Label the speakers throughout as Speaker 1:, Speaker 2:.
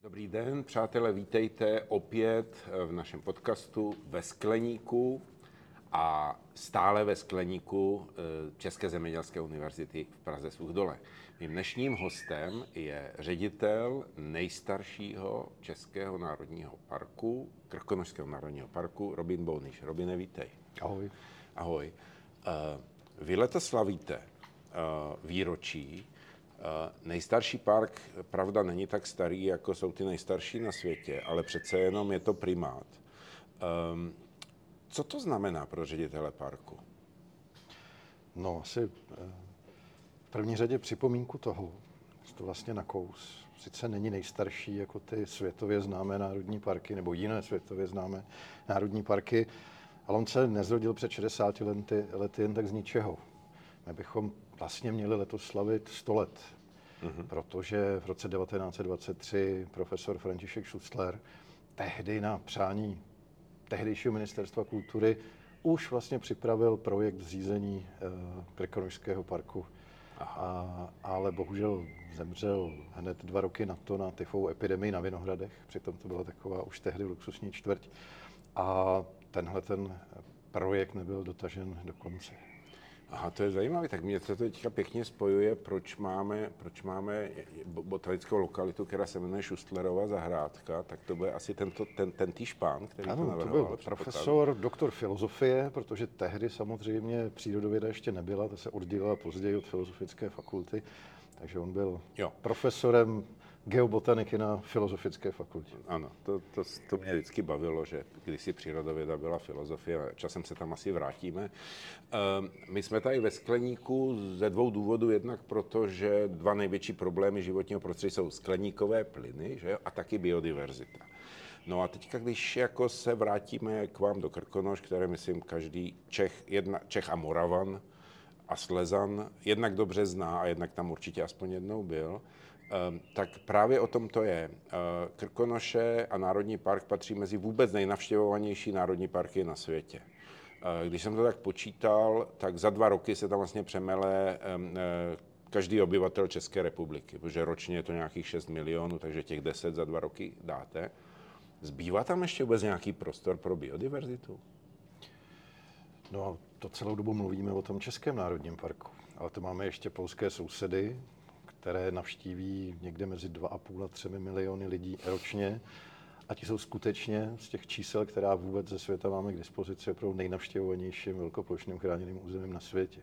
Speaker 1: Dobrý den, přátelé, vítejte opět v našem podcastu Ve skleníku a stále ve skleníku České zemědělské univerzity v Praze Suchdole. Mým dnešním hostem je ředitel nejstaršího Českého národního parku, Krkonošského národního parku, Robin Bounyš. Robine, vítej.
Speaker 2: Ahoj.
Speaker 1: Ahoj. Vy letos slavíte výročí. Nejstarší park, pravda, není tak starý, jako jsou ty nejstarší na světě, ale přece jenom je to primát. Co to znamená pro ředitele parku?
Speaker 2: No, asi v první řadě připomínku toho, že to vlastně nakous. Sice není nejstarší jako ty světově známé národní parky, nebo jiné světově známé národní parky, ale on se nezrodil před 60 lety jen tak z ničeho. My bychom vlastně měli letos slavit 100 let, protože v roce 1923 profesor František Schussler tehdy na přání tehdejšího ministerstva kultury už vlastně připravil projekt zřízení Krkonošského parku. Ale bohužel zemřel hned 2 roky na to na tyfovou epidemii na Vinohradech, přitom to byla taková už tehdy luxusní čtvrť. A tenhle ten projekt nebyl dotažen do konce.
Speaker 1: Aha, to je zajímavé, tak mě to teďka pěkně spojuje, proč máme botanickou lokalitu, která se jmenuje Schusslerova zahrádka, tak to bude asi ten týž pán, který to navrhoval.
Speaker 2: To byl profesor, doktor filozofie, protože tehdy samozřejmě přírodověda ještě nebyla, ta se oddělila později od filozofické fakulty, takže on byl profesorem geobotaniky na filozofické fakultě.
Speaker 1: Ano, to mě vždycky bavilo, že kdysi přírodověda byla filozofie, časem se tam asi vrátíme. My jsme tady ve skleníku ze 2 důvodů, jednak proto, že 2 největší problémy životního prostředí jsou skleníkové plyny, že jo, a taky biodiverzita. No a teďka, když jako se vrátíme k vám do Krkonoš, které myslím každý Čech a Moravan a Slezan jednak dobře zná a jednak tam určitě aspoň jednou byl, tak právě o tom to je. Krkonoše a Národní park patří mezi vůbec nejnavštěvovanější národní parky na světě. Když jsem to tak počítal, tak za 2 roky se tam vlastně přemele každý obyvatel České republiky, protože ročně je to nějakých 6 milionů, takže těch 10 za 2 roky dáte. Zbývá tam ještě vůbec nějaký prostor pro biodiverzitu?
Speaker 2: No, to celou dobu mluvíme o tom Českém národním parku, ale to máme ještě polské sousedy, které navštíví někde mezi 2,5 a 3 miliony lidí ročně. A ti jsou skutečně z těch čísel, která vůbec ze světa máme k dispozici, opravdu nejnavštěvovanějším velkoplošným chráněným územím na světě.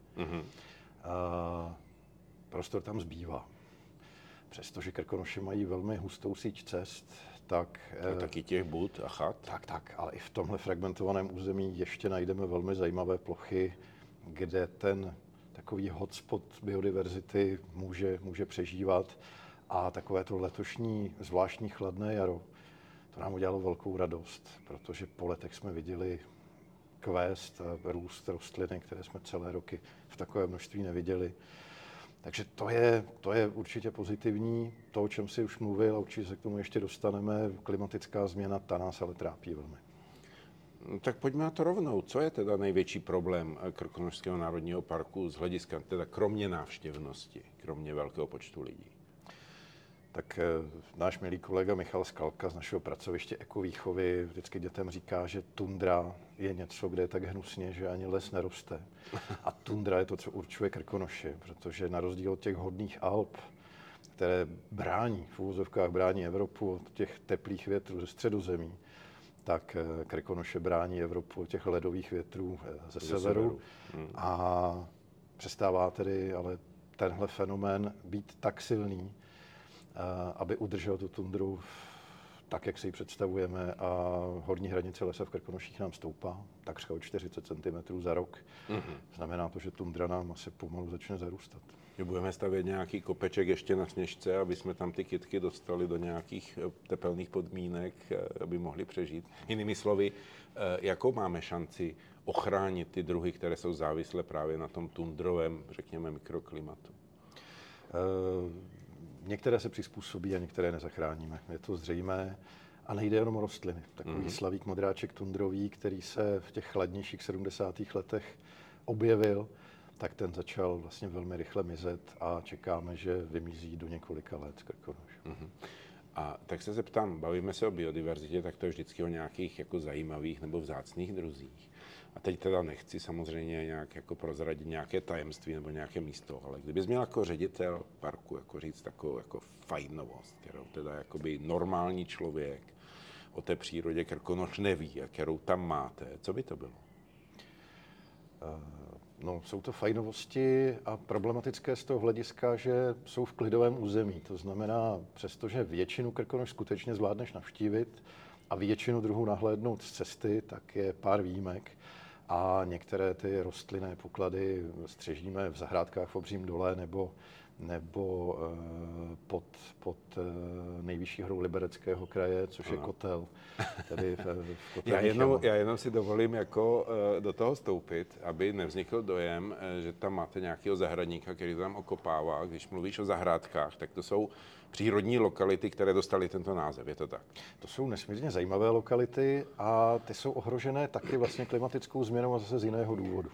Speaker 2: A prostor tam zbývá. Přestože Krkonoše mají velmi hustou síť cest, tak...
Speaker 1: A taky těch bud a chat?
Speaker 2: Tak, ale i v tomhle fragmentovaném území ještě najdeme velmi zajímavé plochy, kde ten takový hotspot biodiverzity může přežívat. A takové to letošní zvláštní chladné jaro, to nám udělalo velkou radost, protože po letech jsme viděli kvést a růst rostliny, které jsme celé roky v takové množství neviděli. Takže to je určitě pozitivní. To, o čem si už mluvil, a určitě se k tomu ještě dostaneme, klimatická změna, ta nás ale trápí velmi.
Speaker 1: Tak pojďme na to rovnou. Co je teda největší problém Krkonošského národního parku z hlediska, teda kromě návštěvnosti, kromě velkého počtu lidí?
Speaker 2: Tak náš milý kolega Michal Skalka z našeho pracoviště ekovýchovy vždycky dětem říká, že tundra je něco, kde je tak hnusně, že ani les neroste. A tundra je to, co určuje Krkonoše, protože na rozdíl od těch hodných Alp, které v uvozovkách brání Evropu od těch teplých větrů ze Středozemí, tak Krkonoše brání Evropu od těch ledových větrů ze severu. A přestává tedy ale tenhle fenomén být tak silný, aby udržel tu tundru tak, jak si ji představujeme, a horní hranice lesa v Krkonoších nám stoupá takřka o 40 cm za rok. Znamená to, že tundra nám asi pomalu začne zarůstat.
Speaker 1: My budeme stavět nějaký kopeček ještě na Sněžce, aby jsme tam ty kytky dostali do nějakých tepelných podmínek, aby mohli přežít. Jinými slovy, jakou máme šanci ochránit ty druhy, které jsou závislé právě na tom tundrovém, řekněme, mikroklimatu?
Speaker 2: Některé se přizpůsobí a některé nezachráníme. Je to zřejmé. A nejde jenom o rostliny. Takový slavík modráček tundrový, který se v těch chladnějších 70. letech objevil, tak ten začal vlastně velmi rychle mizet a čekáme, že vymizí do několika let z Krkonoš.
Speaker 1: A tak se zeptám, bavíme se o biodiverzitě, tak to je vždycky o nějakých jako zajímavých nebo vzácných druzích. A teď teda nechci samozřejmě nějak jako prozradit nějaké tajemství nebo nějaké místo, ale kdybys měl jako ředitel parku jako říct takovou jako fajn novost, kterou teda jakoby normální člověk o té přírodě Krkonoš neví a kterou tam máte, co by to bylo?
Speaker 2: No, jsou to fajnovosti a problematické z toho hlediska, že jsou v klidovém území. To znamená, přestože většinu Krkonoš skutečně zvládneš navštívit a většinu druhů nahlédnout z cesty, tak je pár výjimek. A některé ty rostlinné poklady střežíme v zahrádkách v Obřím dole nebo pod nejvyšší horou Libereckého kraje, což je Kotel. Tady v
Speaker 1: já jenom si dovolím jako do toho vstoupit, aby nevznikl dojem, že tam máte nějakého zahradníka, který to tam okopává. Když mluvíš o zahrádkách, tak to jsou přírodní lokality, které dostaly tento název, je to tak?
Speaker 2: To jsou nesmírně zajímavé lokality a ty jsou ohrožené taky vlastně klimatickou změnou a zase z jiného důvodu.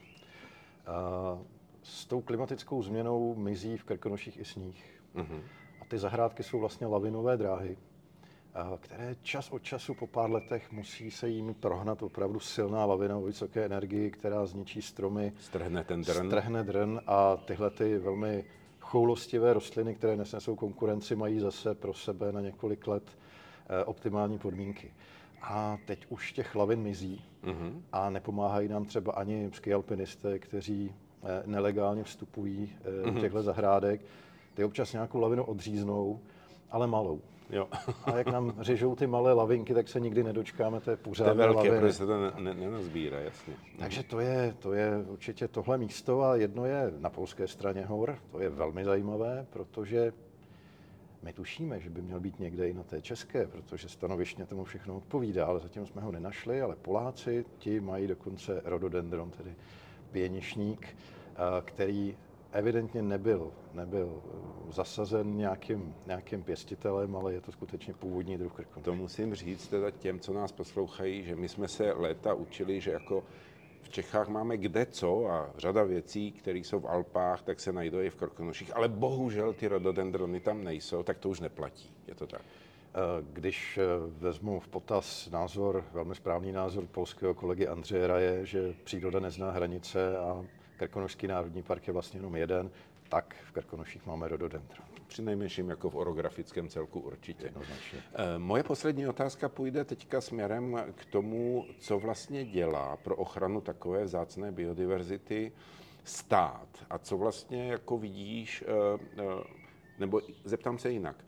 Speaker 2: S tou klimatickou změnou mizí v Krkonoších i sníh. A ty zahrádky jsou vlastně lavinové dráhy, které čas od času po pár letech musí se jimi prohnat opravdu silná lavina o vysoké energii, která zničí stromy, strhne drn a tyhle ty velmi choulostivé rostliny, které nesnesou konkurenci, mají zase pro sebe na několik let optimální podmínky. A teď už těch lavin mizí a nepomáhají nám třeba ani skialpinisté, kteří nelegálně vstupují do těchto zahrádek. Ty občas nějakou lavinu odříznou, ale malou.
Speaker 1: Jo.
Speaker 2: A jak nám řežou ty malé lavinky, tak se nikdy nedočkáme té pořádné laviny.
Speaker 1: To je velké, protože se to nenazbírá, jasně.
Speaker 2: Takže to je určitě tohle místo a jedno je na polské straně hor. To je velmi zajímavé, protože my tušíme, že by měl být někde i na té české, protože stanoviště tomu všechno odpovídá, ale zatím jsme ho nenašli, ale Poláci, ti mají dokonce rhododendron, tedy pěnišník, který evidentně nebyl zasazen nějakým pěstitelem, ale je to skutečně původní druh Krkonoš.
Speaker 1: To musím říct teda těm, co nás poslouchají, že my jsme se léta učili, že jako v Čechách máme kde co a řada věcí, které jsou v Alpách, tak se najdou i v Krkonoších, ale bohužel ty rhododendrony tam nejsou, tak to už neplatí. Je to tak?
Speaker 2: Když vezmu v potaz velmi správný názor polského kolegy Andřeje Raje, že příroda nezná hranice a Krkonošský národní park je vlastně jenom jeden, tak v Krkonoších máme rhododendron.
Speaker 1: Přinejmenším jako v orografickém celku určitě.
Speaker 2: Jednoznačně.
Speaker 1: Moje poslední otázka půjde teďka směrem k tomu, co vlastně dělá pro ochranu takové vzácné biodiverzity stát a co vlastně jako vidíš, nebo zeptám se jinak.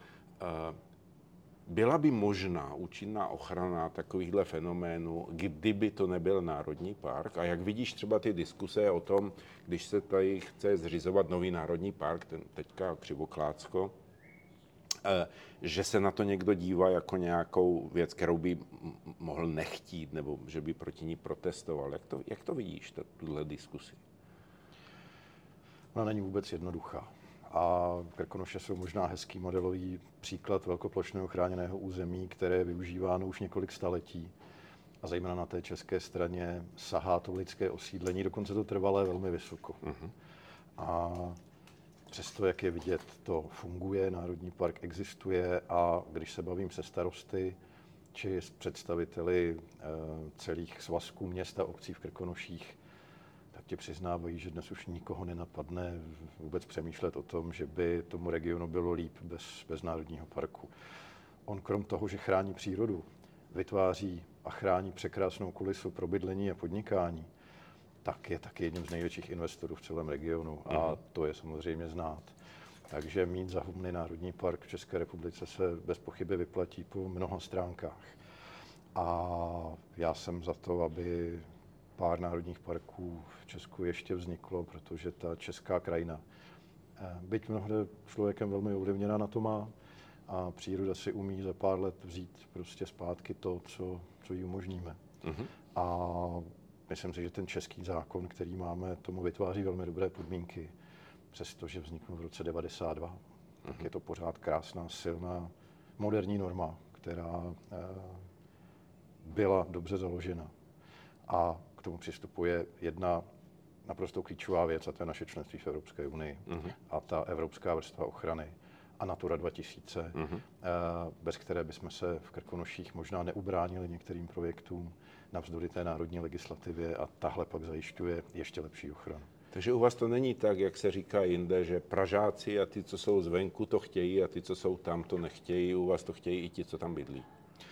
Speaker 1: Byla by možná účinná ochrana takovýchhle fenoménů, kdyby to nebyl národní park? A jak vidíš třeba ty diskuse o tom, když se tady chce zřizovat nový národní park, ten teďka Křivoklátsko, že se na to někdo dívá jako nějakou věc, kterou by mohl nechtít, nebo že by proti ní protestoval. Jak to vidíš, tuhle diskusi?
Speaker 2: Ona není vůbec jednoduchá. A Krkonoše jsou možná hezký modelový příklad velkoplošného chráněného území, které je využíváno už několik staletí. A zejména na té české straně sahá to lidské osídlení, dokonce to trvalé velmi vysoko. A přesto, jak je vidět, to funguje, Národní park existuje a když se bavím se starosty či s představiteli celých svazků měst a obcí v Krkonoších, tak ti přiznávají, že dnes už nikoho nenapadne vůbec přemýšlet o tom, že by tomu regionu bylo líp bez Národního parku. On krom toho, že chrání přírodu, vytváří a chrání překrásnou kulisu pro bydlení a podnikání, tak je taky jedním z největších investorů v celém regionu a to je samozřejmě znát. Takže mít za humny Národní park v České republice se bez pochyby vyplatí po mnoha stránkách. A já jsem za to, aby pár národních parků v Česku ještě vzniklo, protože ta česká krajina, byť mnohde člověkem velmi ovlivněná, na to má a příroda si umí za pár let vzít prostě zpátky to, co jí umožníme. A myslím si, že ten český zákon, který máme, tomu vytváří velmi dobré podmínky, přestože vzniknul v roce 92. Tak je to pořád krásná, silná, moderní norma, která byla dobře založena. A k tomu přistupuje jedna naprosto klíčová věc, a to je naše členství v Evropské unii a ta evropská vrstva ochrany. a Natura 2000, bez které bychom se v Krkonoších možná neubránili některým projektům navzdory té národní legislativě a tahle pak zajišťuje ještě lepší ochranu.
Speaker 1: Takže u vás to není tak, jak se říká jinde, že Pražáci a ty, co jsou zvenku, to chtějí a ty, co jsou tam, to nechtějí. U vás to chtějí i ti, co tam bydlí.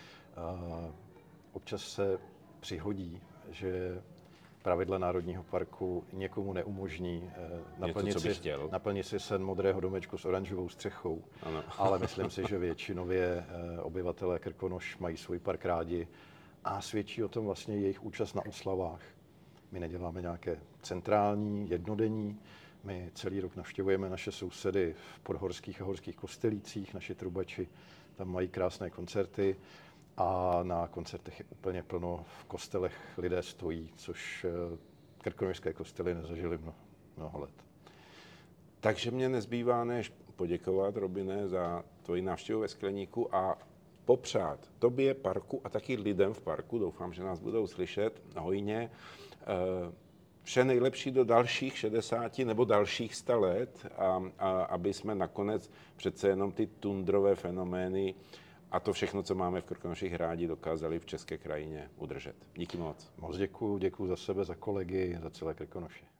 Speaker 2: Občas se přihodí, že pravidla Národního parku někomu neumožní naplnit si sen modrého domečku s oranžovou střechou.
Speaker 1: Ano.
Speaker 2: Ale myslím si, že většinově obyvatelé Krkonoš mají svůj park rádi a svědčí o tom vlastně jejich účast na oslavách. My neděláme nějaké centrální, jednodenní. My celý rok navštěvujeme naše sousedy v podhorských a horských Kostelících. Naši trubači tam mají krásné koncerty a na koncertech je úplně plno. V kostelech lidé stojí, což krkonošské kostely nezažily mnoho let.
Speaker 1: Takže mě nezbývá než poděkovat, Robine, za tvoji návštěvu ve Skleníku a popřát tobě, parku a taky lidem v parku, doufám, že nás budou slyšet hojně, vše nejlepší do dalších 60 nebo dalších 100 let a aby jsme nakonec přece jenom ty tundrové fenomény a to všechno, co máme v Krkonoších rádi, dokázali v české krajině udržet. Díky moc.
Speaker 2: Moc děkuju za sebe, za kolegy, za celé Krkonoše.